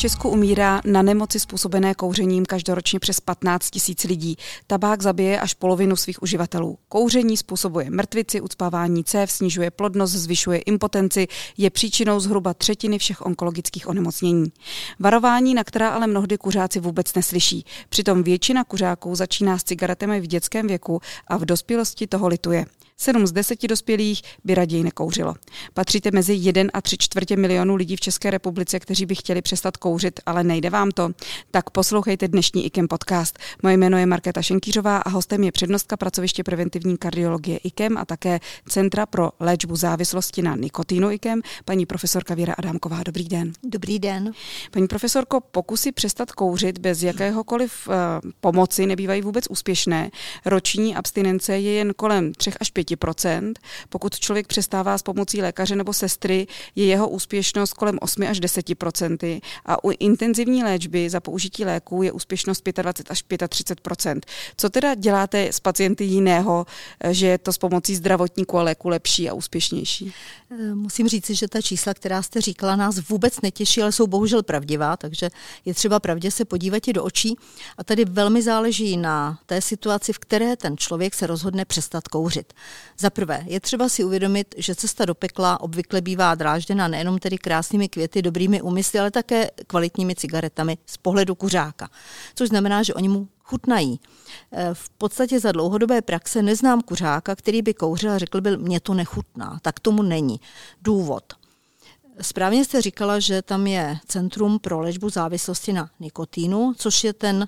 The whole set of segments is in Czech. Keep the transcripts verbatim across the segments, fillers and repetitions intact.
Česku umírá na nemoci způsobené kouřením každoročně přes patnáct tisíc lidí. Tabák zabije až polovinu svých uživatelů. Kouření způsobuje mrtvici, ucpávání cév, snižuje plodnost, zvyšuje impotenci, je příčinou zhruba třetiny všech onkologických onemocnění. Varování, na která ale mnohdy kuřáci vůbec neslyší. Přitom většina kuřáků začíná s cigaretami v dětském věku a v dospělosti toho lituje. Sedm z deseti dospělých by raději nekouřilo. Patříte mezi jeden a tři čtvrtě milionu lidí v České republice, kteří by chtěli přestat kouřit, ale nejde vám to? Tak poslouchejte dnešní I K E M podcast. Moje jméno je Markéta Šenkýřová a hostem je přednostka pracoviště preventivní kardiologie I K E M a také Centra pro léčbu závislosti na nikotinu I K E M, paní profesorka Věra Adámková. Dobrý den. Dobrý den. Paní profesorko, pokusy přestat kouřit bez jakéhokoliv uh, pomoci nebývají vůbec úspěšné. Roční abstinence je jen kolem tři až pět procent. Pokud člověk přestává s pomocí lékaře nebo sestry, je jeho úspěšnost kolem osm až deset procent. A u intenzivní léčby za použití léků je úspěšnost dvacet pět až třicet pět procent. Co teda děláte s pacienty jiného, že je to s pomocí zdravotníků a léku lepší a úspěšnější? Musím říct, že ta čísla, která jste říkala, nás vůbec netěší, ale jsou bohužel pravdivá, takže je třeba pravdě se podívat i do očí. A tady velmi záleží na té situaci, v které ten člověk se rozhodne přestat kouřit. Za prvé, je třeba si uvědomit, že cesta do pekla obvykle bývá drážděna nejenom tedy krásnými květy, dobrými úmysly, ale také kvalitními cigaretami z pohledu kuřáka. Což znamená, že oni mu chutnají. V podstatě za dlouhodobé praxe neznám kuřáka, který by kouřil a řekl by, mně to nechutná. Tak tomu není. Důvod. Správně jste říkala, že tam je Centrum pro léčbu závislosti na nikotinu, což je ten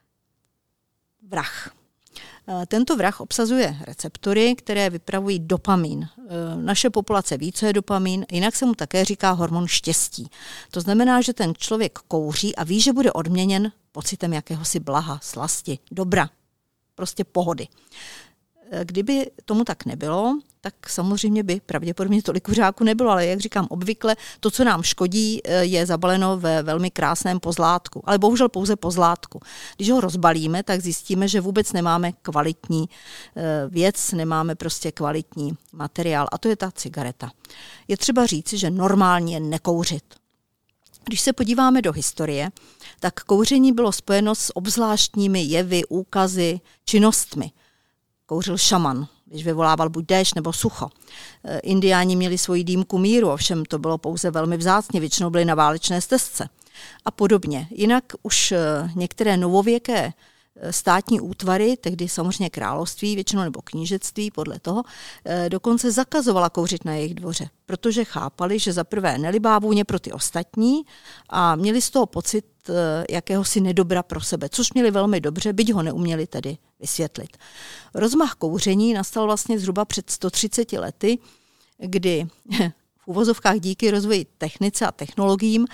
vrah. Tento vrah obsazuje receptory, které vypravují dopamin. Naše populace ví, co je dopamin, jinak se mu také říká hormon štěstí. To znamená, že ten člověk kouří a ví, že bude odměněn pocitem jakéhosi blaha, slasti, dobra, prostě pohody. Kdyby tomu tak nebylo, tak samozřejmě by pravděpodobně tolik kuřáků nebylo, ale jak říkám, obvykle to, co nám škodí, je zabaleno ve velmi krásném pozlátku, ale bohužel pouze pozlátku. Když ho rozbalíme, tak zjistíme, že vůbec nemáme kvalitní věc, nemáme prostě kvalitní materiál a to je ta cigareta. Je třeba říci, že normálně je nekouřit. Když se podíváme do historie, tak kouření bylo spojeno s obzvláštními jevy, úkazy, činnostmi. Kouřil šaman, když vyvolával buď déšť nebo sucho. Indiáni měli svoji dýmku míru, ovšem to bylo pouze velmi vzácně, většinou byli na válečné stezce a podobně. Jinak už některé novověké státní útvary, tehdy samozřejmě království, většinou nebo knížectví, podle toho, dokonce zakazovala kouřit na jejich dvoře, protože chápali, že za prvé nelibá vůně pro ty ostatní a měli z toho pocit jakéhosi nedobra pro sebe, což měli velmi dobře, byť ho neuměli tedy vysvětlit. Rozmach kouření nastal vlastně zhruba před sto třiceti lety, kdy v uvozovkách díky rozvoji technice a technologiím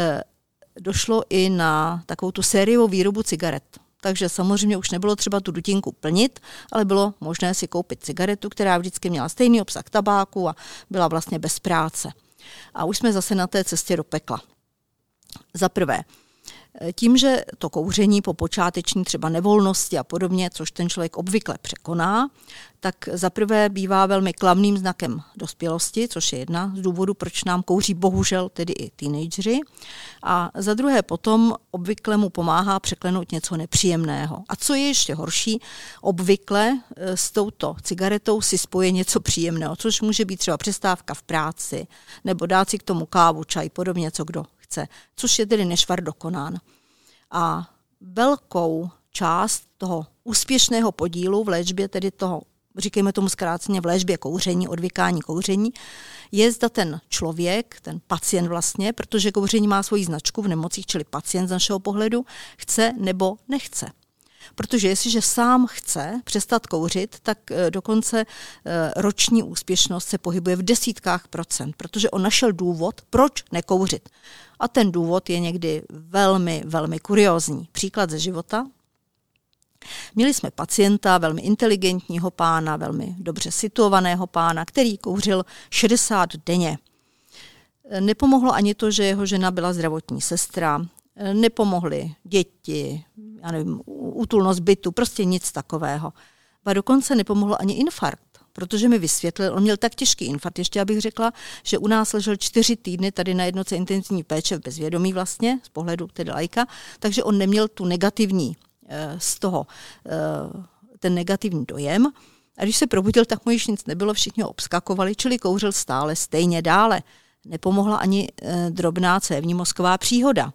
došlo i na takovou tu sériovou výrobu cigaret. Takže samozřejmě už nebylo třeba tu dutinku plnit, ale bylo možné si koupit cigaretu, která vždycky měla stejný obsah tabáku a byla vlastně bez práce. A už jsme zase na té cestě do pekla. Za prvé, tím, že to kouření po počáteční třeba nevolnosti a podobně, což ten člověk obvykle překoná, tak za prvé bývá velmi klamným znakem dospělosti, což je jedna z důvodů, proč nám kouří bohužel tedy i teenageři. A za druhé potom obvykle mu pomáhá překlenout něco nepříjemného. A co je ještě horší, obvykle s touto cigaretou si spoje něco příjemného, což může být třeba přestávka v práci, nebo dát si k tomu kávu, čaj, podobně, co kdo chce, což je tedy nešvar dokonán. A velkou část toho úspěšného podílu v léčbě, tedy toho, říkejme tomu zkráceně v léčbě kouření, odvykání kouření, je zda ten člověk, ten pacient vlastně, protože kouření má svoji značku v nemocích, čili pacient z našeho pohledu, chce nebo nechce. Protože jestliže sám chce přestat kouřit, tak dokonce roční úspěšnost se pohybuje v desítkách procent, protože on našel důvod, proč nekouřit. A ten důvod je někdy velmi, velmi kuriózní. Příklad ze života. Měli jsme pacienta, velmi inteligentního pána, velmi dobře situovaného pána, který kouřil šedesát denně. Nepomohlo ani to, že jeho žena byla zdravotní sestra, nepomohly děti, já nevím, útulnost bytu, prostě nic takového. A dokonce nepomohlo ani infarkt. protože mi vysvětlil, on měl tak těžký infarkt, ještě abych řekla, že u nás ležel čtyři týdny tady na jednotce intenzivní péče v bezvědomí vlastně, z pohledu tedy laika, takže on neměl tu negativní z toho, ten negativní dojem. A když se probudil, tak mu již nic nebylo, všichni ho obskakovali, čili kouřil stále stejně dále. Nepomohla ani drobná cévní mozková příhoda.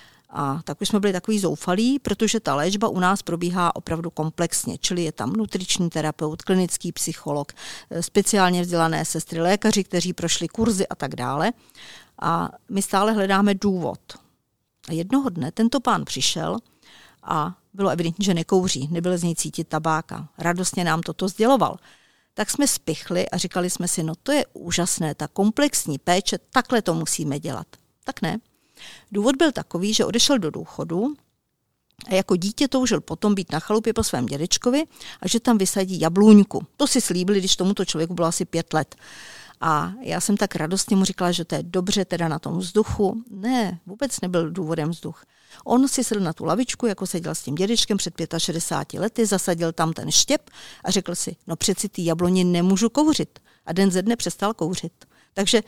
A tak už jsme byli takový zoufalí, protože ta léčba u nás probíhá opravdu komplexně, čili je tam nutriční terapeut, klinický psycholog, speciálně vzdělané sestry, lékaři, kteří prošli kurzy a tak dále. A my stále hledáme důvod. A jednoho dne tento pán přišel a bylo evidentní, že nekouří, nebyl z něj cítit tabáka. Radostně nám toto sděloval. Tak jsme spichli a říkali jsme si, no to je úžasné, ta komplexní péče, takhle to musíme dělat. Tak ne. Důvod byl takový, že odešel do důchodu a jako dítě toužil potom být na chalupě po svém dědečkovi a že tam vysadí jablůňku. To si slíbili, když tomuto člověku bylo asi pět let. A já jsem tak radostně mu říkala, že to je dobře teda na tom vzduchu. Ne, vůbec nebyl důvodem vzduch. On si sedl na tu lavičku, jako seděl s tím dědečkem před šedesáti pěti lety, zasadil tam ten štěp a řekl si, no přeci ty jabloni nemůžu kouřit. A den ze dne přestal kouřit. Takže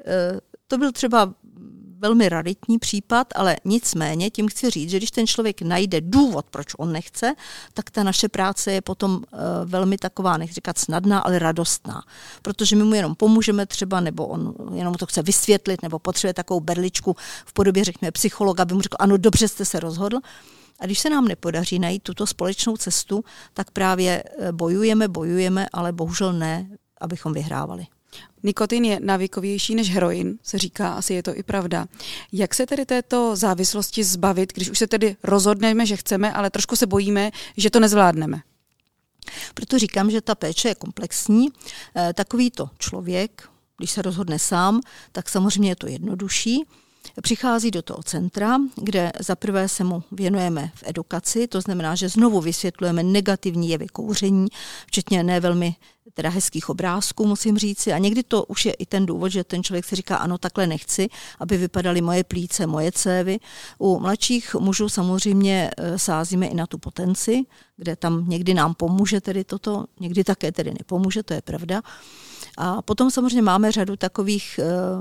to byl třeba velmi raritní případ, ale nicméně tím chci říct, že když ten člověk najde důvod, proč on nechce, tak ta naše práce je potom uh, velmi taková, nechci říkat snadná, ale radostná. Protože my mu jenom pomůžeme třeba, nebo on jenom to chce vysvětlit, nebo potřebuje takovou berličku v podobě, řekněme, psychologa, aby mu řekl, ano, dobře jste se rozhodl. A když se nám nepodaří najít tuto společnou cestu, tak právě bojujeme, bojujeme, ale bohužel ne, abychom vyhrávali. Nikotin je návykovější než heroin, se říká, asi je to i pravda. Jak se tedy této závislosti zbavit, když už se tedy rozhodneme, že chceme, ale trošku se bojíme, že to nezvládneme? Proto říkám, že ta péče je komplexní. Takovýto člověk, když se rozhodne sám, tak samozřejmě je to jednodušší. Přichází do toho centra, kde zaprvé se mu věnujeme v edukaci, to znamená, že znovu vysvětlujeme negativní jevy kouření, včetně ne velmi teda hezkých obrázků, musím říci. A někdy to už je i ten důvod, že ten člověk si říká, ano, takhle nechci, aby vypadaly moje plíce, moje cévy. U mladších mužů samozřejmě sázíme i na tu potenci, kde tam někdy nám pomůže tedy toto, někdy také tedy nepomůže, to je pravda. A potom samozřejmě máme řadu takových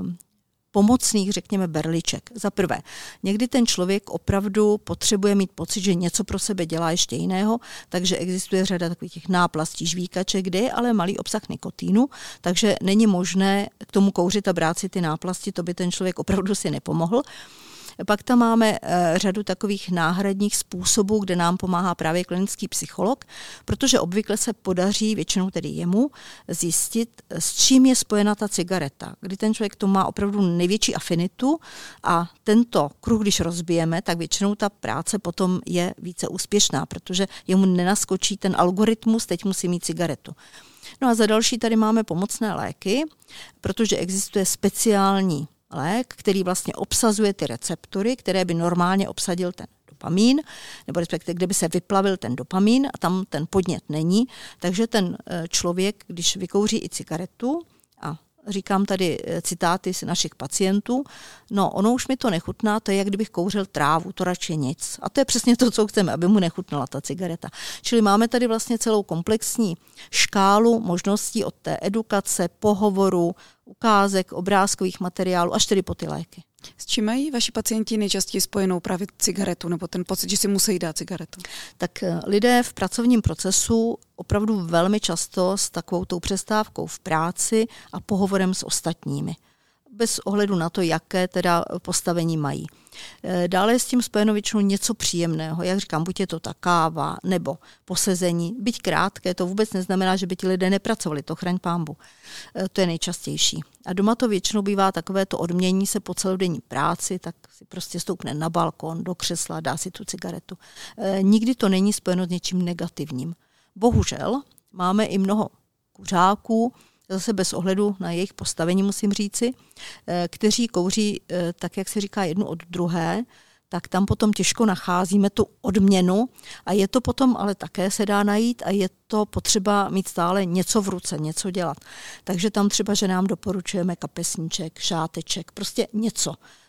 pomocných, řekněme, berliček. Za prvé, někdy ten člověk opravdu potřebuje mít pocit, že něco pro sebe dělá ještě jiného, takže existuje řada takových těch náplastí, žvíkaček, kde je ale malý obsah nikotínu, takže není možné k tomu kouřit a brát si ty náplasti, to by ten člověk opravdu si nepomohl. Pak tam máme řadu takových náhradních způsobů, kde nám pomáhá právě klinický psycholog, protože obvykle se podaří, většinou tedy jemu, zjistit, s čím je spojena ta cigareta. Kdy ten člověk to má opravdu největší afinitu a tento kruh, když rozbijeme, tak většinou ta práce potom je více úspěšná, protože jemu nenaskočí ten algoritmus, teď musí mít cigaretu. No a za další tady máme pomocné léky, protože existuje speciální lék, který vlastně obsazuje ty receptory, které by normálně obsadil ten dopamín, nebo respektive kde by se vyplavil ten dopamín a tam ten podnět není. Takže ten člověk, když vykouří i cigaretu, a říkám tady citáty z našich pacientů, no ono už mi to nechutná, to je, jak kdybych kouřil trávu, to radši nic. A to je přesně to, co chceme, aby mu nechutnala ta cigareta. Čili máme tady vlastně celou komplexní škálu možností od té edukace, pohovoru, ukázek, obrázkových materiálů, až tedy po ty léky. S čím mají vaši pacienti nejčastěji spojenou právě cigaretu, nebo ten pocit, že si musí dát cigaretu? Tak lidé v pracovním procesu opravdu velmi často s takovou tou přestávkou v práci a pohovorem s ostatními. Bez ohledu na to, jaké teda postavení mají. Dále je s tím spojeno většinou něco příjemného. Jak říkám, buď je to ta káva nebo posezení. Byť krátké, to vůbec neznamená, že by ti lidé nepracovali, to chraň pánbu. To je nejčastější. A doma to většinou bývá takové to odmění se po celodenní práci, tak si prostě stoupne na balkon, do křesla, dá si tu cigaretu. Nikdy to není spojeno s něčím negativním. Bohužel máme i mnoho kuřáků, zase bez ohledu na jejich postavení, musím říci, kteří kouří, tak jak se říká, jednu od druhé, tak tam potom těžko nacházíme tu odměnu a je to potom, ale také se dá najít a je to potřeba mít stále něco v ruce, něco dělat. Takže tam třeba, že nám doporučujeme kapesníček, šáteček, prostě něco.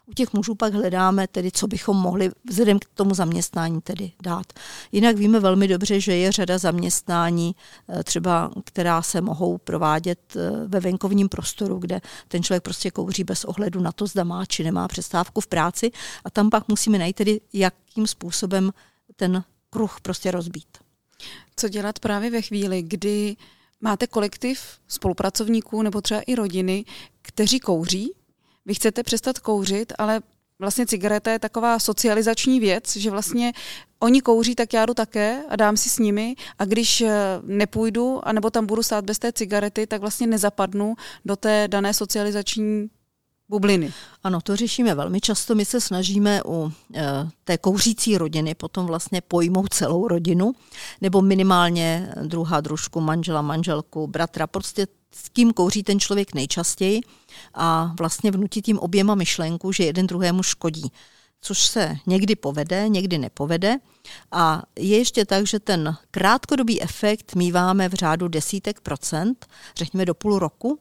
U těch mužů pak hledáme tedy, co bychom mohli vzhledem k tomu zaměstnání tedy dát. Jinak víme velmi dobře, že je řada zaměstnání, třeba která se mohou provádět ve venkovním prostoru, kde ten člověk prostě kouří bez ohledu na to, zda má či nemá přestávku v práci a tam pak musíme najít tedy, jakým způsobem ten kruh prostě rozbít. Co dělat právě ve chvíli, kdy máte kolektiv spolupracovníků nebo třeba i rodiny, kteří kouří? Vy chcete přestat kouřit, ale vlastně cigareta je taková socializační věc, že vlastně oni kouří, tak já jdu také a dám si s nimi a když nepůjdu, anebo tam budu stát bez té cigarety, tak vlastně nezapadnu do té dané socializační bubliny. Ano, to řešíme velmi často. My se snažíme u e, té kouřící rodiny potom vlastně pojmout celou rodinu, nebo minimálně druha, družku, manžela, manželku, bratra, prostě s kým kouří ten člověk nejčastěji a vlastně vnutit tím oběma myšlenku, že jeden druhému škodí. Což se někdy povede, někdy nepovede. A je ještě tak, že ten krátkodobý efekt míváme v řádu desítek procent, řekněme do půl roku.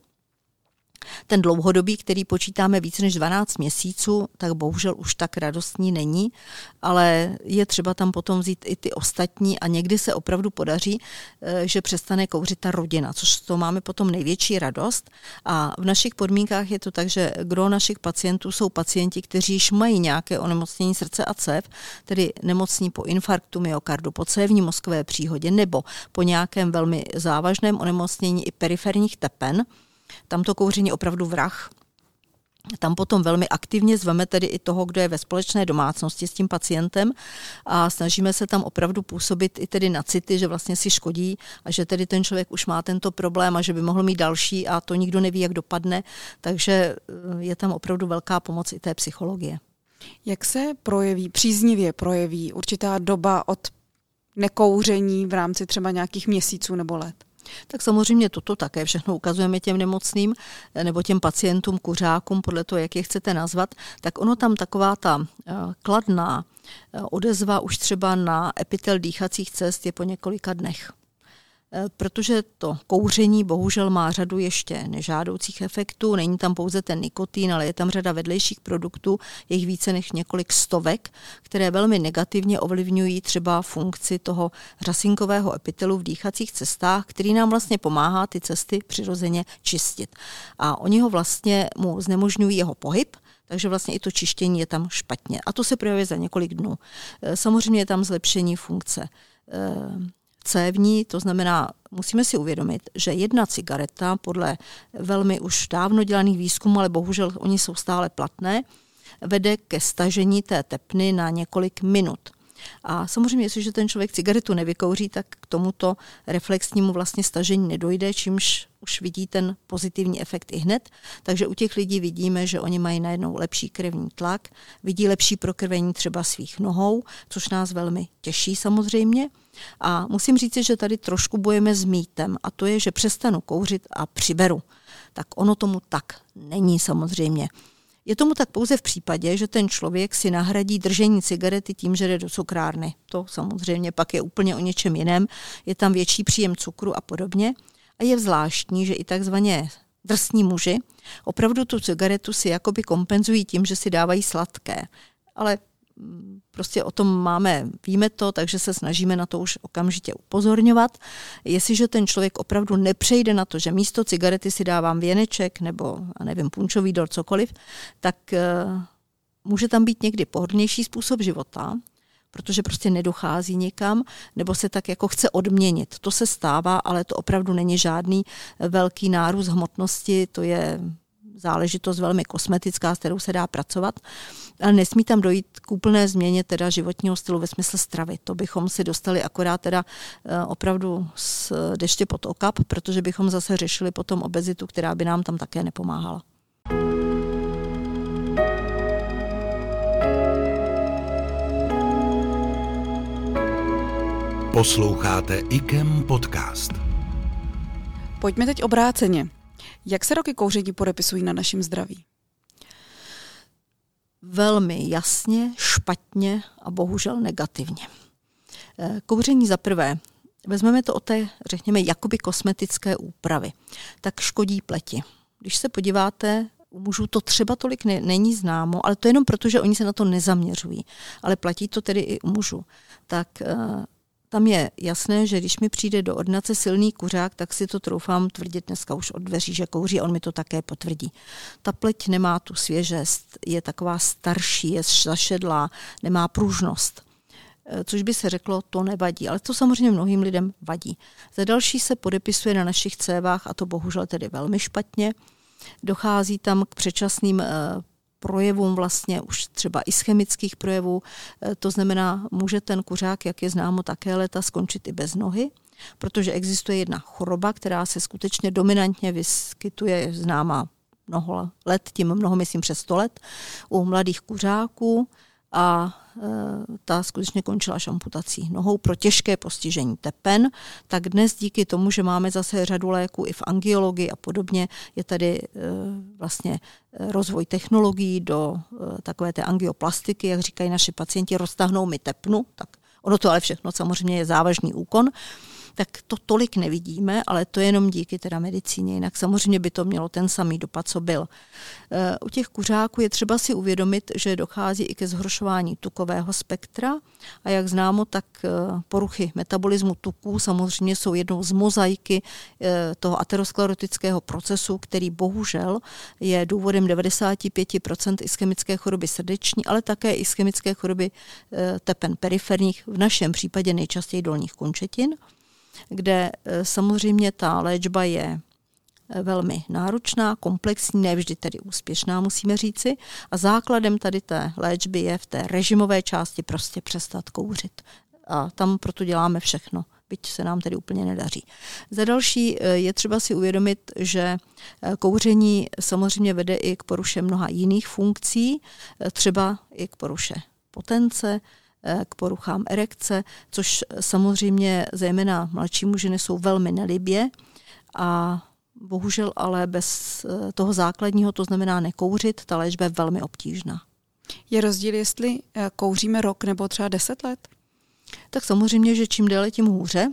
Ten dlouhodobý, který počítáme více než dvanáct měsíců, tak bohužel už tak radostný není, ale je třeba tam potom vzít i ty ostatní a někdy se opravdu podaří, že přestane kouřit ta rodina, což to máme potom největší radost. A v našich podmínkách je to tak, že gro našich pacientů jsou pacienti, kteří již mají nějaké onemocnění srdce a cév, tedy nemocní po infarktu myokardu, po cévní mozkové příhodě nebo po nějakém velmi závažném onemocnění i periferních tepen. Tam to kouření je opravdu vrah. Tam potom velmi aktivně zveme tedy i toho, kdo je ve společné domácnosti s tím pacientem a snažíme se tam opravdu působit i tedy na city, že vlastně si škodí a že tedy ten člověk už má tento problém a že by mohl mít další a to nikdo neví, jak dopadne. Takže je tam opravdu velká pomoc i té psychologie. Jak se projeví, příznivě projeví určitá doba od nekouření v rámci třeba nějakých měsíců nebo let? Tak samozřejmě toto také všechno ukazujeme těm nemocným nebo těm pacientům, kuřákům, podle toho, jak je chcete nazvat, tak ono tam taková ta kladná odezva už třeba na epitel dýchacích cest je po několika dnech. Protože to kouření bohužel má řadu ještě nežádoucích efektů, není tam pouze ten nikotin, ale je tam řada vedlejších produktů, je jich více než několik stovek, které velmi negativně ovlivňují třeba funkci toho řasinkového epitelu v dýchacích cestách, který nám vlastně pomáhá ty cesty přirozeně čistit. A oni ho vlastně mu znemožňují jeho pohyb, takže vlastně i to čištění je tam špatně. A to se projevuje za několik dnů. Samozřejmě je tam zlepšení funkce cévní, to znamená, musíme si uvědomit, že jedna cigareta podle velmi už dávno dělaných výzkumů, ale bohužel oni jsou stále platné, vede ke stažení té tepny na několik minut. A samozřejmě, jestliže ten člověk cigaretu nevykouří, tak k tomuto reflexnímu vlastně stažení nedojde, čímž už vidí ten pozitivní efekt i hned. Takže u těch lidí vidíme, že oni mají najednou lepší krevní tlak, vidí lepší prokrvení třeba svých nohou, což nás velmi těší samozřejmě. A musím říct, že tady trošku bojujeme s mýtem a to je, že přestanu kouřit a přiberu. Tak ono tomu tak není samozřejmě. Je tomu tak pouze v případě, že ten člověk si nahradí držení cigarety tím, že jde do cukrárny. To samozřejmě pak je úplně o něčem jiném. Je tam větší příjem cukru a podobně. A je zvláštní, že i takzvaně drsní muži opravdu tu cigaretu si jakoby kompenzují tím, že si dávají sladké. Ale prostě o tom máme, víme to, takže se snažíme na to už okamžitě upozorňovat. Jestliže ten člověk opravdu nepřejde na to, že místo cigarety si dávám věneček nebo, nevím, punčový dort, cokoliv, tak uh, může tam být někdy pohodlnější způsob života, protože prostě nedochází nikam, nebo se tak jako chce odměnit. To se stává, ale to opravdu není žádný velký nárůst hmotnosti, to je záležitost velmi kosmetická, s kterou se dá pracovat, ale nesmí tam dojít k úplné změně teda životního stylu ve smyslu stravy. To bychom si dostali akorát teda opravdu z deště pod okap, protože bychom zase řešili potom obezitu, která by nám tam také nepomáhala. Posloucháte I K E M podcast. Pojďme teď obráceně. Jak se roky kouření podepisují na našem zdraví? Velmi jasně, špatně a bohužel negativně. Kouření za prvé, vezmeme to o té, řekněme, jakoby kosmetické úpravy, tak škodí pleti. Když se podíváte U mužů to třeba tolik ne, není známo, ale to jenom proto, že oni se na to nezaměřují. Ale platí to tedy i u mužů. Tak uh, tam je jasné, že když mi přijde do ordinace silný kuřák, tak si to troufám tvrdit dneska už od dveří, že kouří, a on mi to také potvrdí. Ta pleť nemá tu svěžest, je taková starší, je zašedlá, nemá pružnost. Což by se řeklo, to nevadí, ale to samozřejmě mnohým lidem vadí. Za další se podepisuje na našich cévách, a to bohužel tedy velmi špatně. Dochází tam k předčasným projevům, vlastně už třeba ischemických projevů. To znamená, může ten kuřák, jak je známo také léta, skončit i bez nohy, protože existuje jedna choroba, která se skutečně dominantně vyskytuje, je známá mnoho let, tím mnoho myslím přes sto let, u mladých kuřáků, a e, ta skutečně končila až amputací nohou pro těžké postižení tepen. Tak dnes díky tomu, že máme zase řadu léků i v angiologii a podobně, je tady e, vlastně rozvoj technologií do e, takové té angioplastiky, jak říkají naši pacienti, roztáhnou mi tepnu, tak ono to ale všechno samozřejmě je závažný úkon, tak to tolik nevidíme, ale to je jenom díky teda medicíně, jinak samozřejmě by to mělo ten samý dopad, co byl. U těch kuřáků je třeba si uvědomit, že dochází i ke zhoršování tukového spektra a jak známo, tak poruchy metabolismu tuků samozřejmě jsou jednou z mozaiky toho aterosklerotického procesu, který bohužel je důvodem devadesát pět procent ischemické choroby srdeční, ale také ischemické choroby tepen periferních, v našem případě nejčastěji dolních končetin, kde samozřejmě ta léčba je velmi náročná, komplexní, ne vždy tedy úspěšná, musíme říci. A základem tady té léčby je v té režimové části prostě přestat kouřit. A tam proto děláme všechno, byť se nám tedy úplně nedaří. Za další je třeba si uvědomit, že kouření samozřejmě vede i k poruše mnoha jiných funkcí, třeba i k poruše potence, k poruchám erekce, což samozřejmě zejména mladší muži nesou velmi nelibě a bohužel ale bez toho základního, to znamená nekouřit, ta léčba je velmi obtížná. Je rozdíl, jestli kouříme rok nebo třeba deset let? Tak samozřejmě, že čím déle, tím hůře.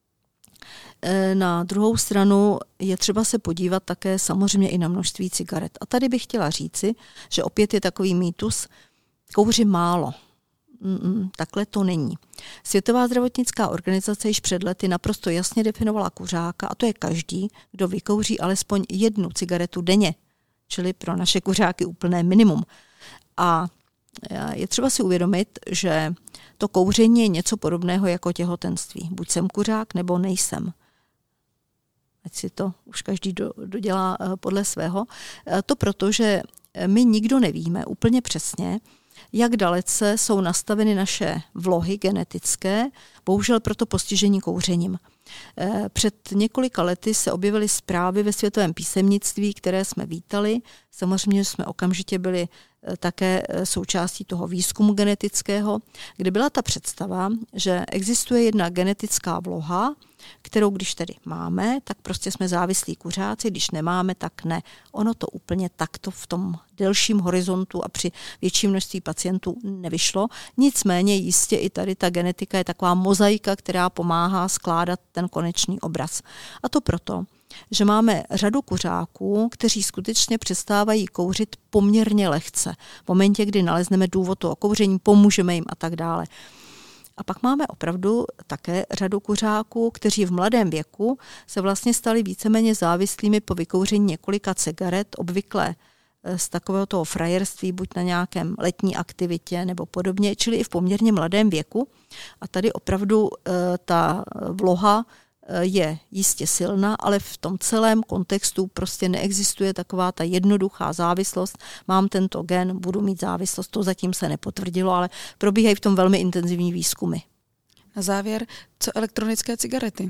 Na druhou stranu je třeba se podívat také samozřejmě i na množství cigaret. A tady bych chtěla říci, že opět je takový mýtus, kouří málo. Mm, takhle to není. Světová zdravotnická organizace již před lety naprosto jasně definovala kuřáka, a to je každý, kdo vykouří alespoň jednu cigaretu denně, čili pro naše kuřáky úplné minimum. A je třeba si uvědomit, že to kouření je něco podobného jako těhotenství. Buď jsem kuřák, nebo nejsem. Ať si to už každý do, dodělá podle svého. To proto, že my nikdo nevíme úplně přesně, jak dalece jsou nastaveny naše vlohy genetické, bohužel proto postižení kouřením. Před několika lety se objevily zprávy ve světovém písemnictví, které jsme vítali. Samozřejmě jsme okamžitě byli také součástí toho výzkumu genetického, kde byla ta představa, že existuje jedna genetická vloha, kterou když tedy máme, tak prostě jsme závislí kuřáci, když nemáme, tak ne. Ono to úplně takto v tom delším horizontu a při větším množství pacientů nevyšlo. Nicméně jistě i tady ta genetika je taková mozaika, která pomáhá skládat ten konečný obraz. A to proto, že máme řadu kuřáků, kteří skutečně přestávají kouřit poměrně lehce. V momentě, kdy nalezneme důvod toho kouření, pomůžeme jim a tak dále. A pak máme opravdu také řadu kuřáků, kteří v mladém věku se vlastně stali víceméně závislými po vykouření několika cigaret, obvykle z takového toho frajerství, buď na nějakém letní aktivitě nebo podobně, čili i v poměrně mladém věku. A tady opravdu e, ta vloha je jistě silná, ale v tom celém kontextu prostě neexistuje taková ta jednoduchá závislost. Mám tento gen, budu mít závislost. To zatím se nepotvrdilo, ale probíhají v tom velmi intenzivní výzkumy. Na závěr, co elektronické cigarety?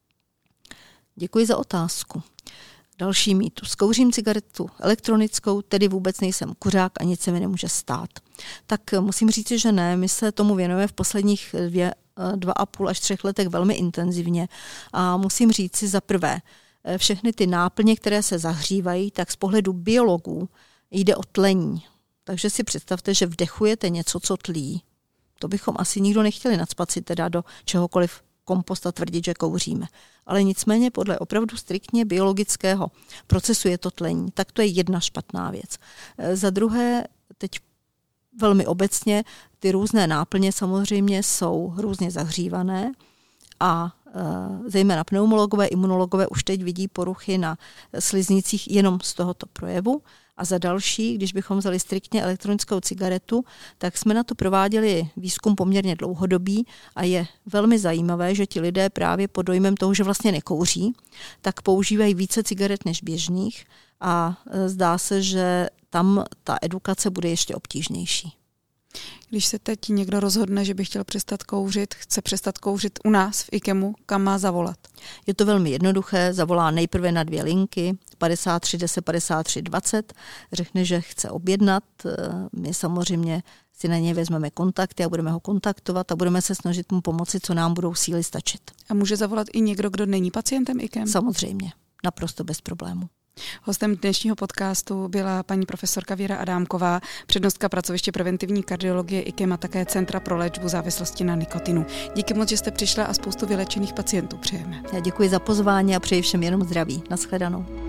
Děkuji za otázku. Další mýtus. Kouřím cigaretu elektronickou, tedy vůbec nejsem kuřák a nic se mi nemůže stát. Tak musím říct, že ne. My se tomu věnujeme v posledních dvě dva a půl až třech letech velmi intenzivně. A musím říct si za prvé, všechny ty náplně, které se zahřívají, tak z pohledu biologů jde o tlení. Takže si představte, že vdechujete něco, co tlí. To bychom asi nikdo nechtěli nacpat si teda do čehokoliv kompost a tvrdit, že kouříme. Ale nicméně podle opravdu striktně biologického procesu je to tlení. Tak to je jedna špatná věc. Za druhé, teď velmi obecně, ty různé náplně samozřejmě jsou různě zahřívané a zejména pneumologové, imunologové už teď vidí poruchy na sliznicích jenom z tohoto projevu. A za další, když bychom vzali striktně elektronickou cigaretu, tak jsme na to prováděli výzkum poměrně dlouhodobý a je velmi zajímavé, že ti lidé právě pod dojmem toho, že vlastně nekouří, tak používají více cigaret než běžných a zdá se, že tam ta edukace bude ještě obtížnější. Když se teď někdo rozhodne, že by chtěl přestat kouřit, chce přestat kouřit u nás v IKEMu, kam má zavolat? Je to velmi jednoduché, zavolá nejprve na dvě linky, padesát tři deset padesát tři dvacet, řekne, že chce objednat, my samozřejmě si na něj vezmeme kontakty a budeme ho kontaktovat a budeme se snažit mu pomoci, co nám budou síly stačit. A může zavolat i někdo, kdo není pacientem IKEM? Samozřejmě, naprosto bez problému. Hostem dnešního podcastu byla paní profesorka Věra Adámková, přednostka pracoviště preventivní kardiologie IKEM a také Centra pro léčbu závislosti na nikotinu. Díky moc, že jste přišla a spoustu vylečených pacientů přejeme. Já děkuji za pozvání a přeji všem jenom zdraví. Nashledanou.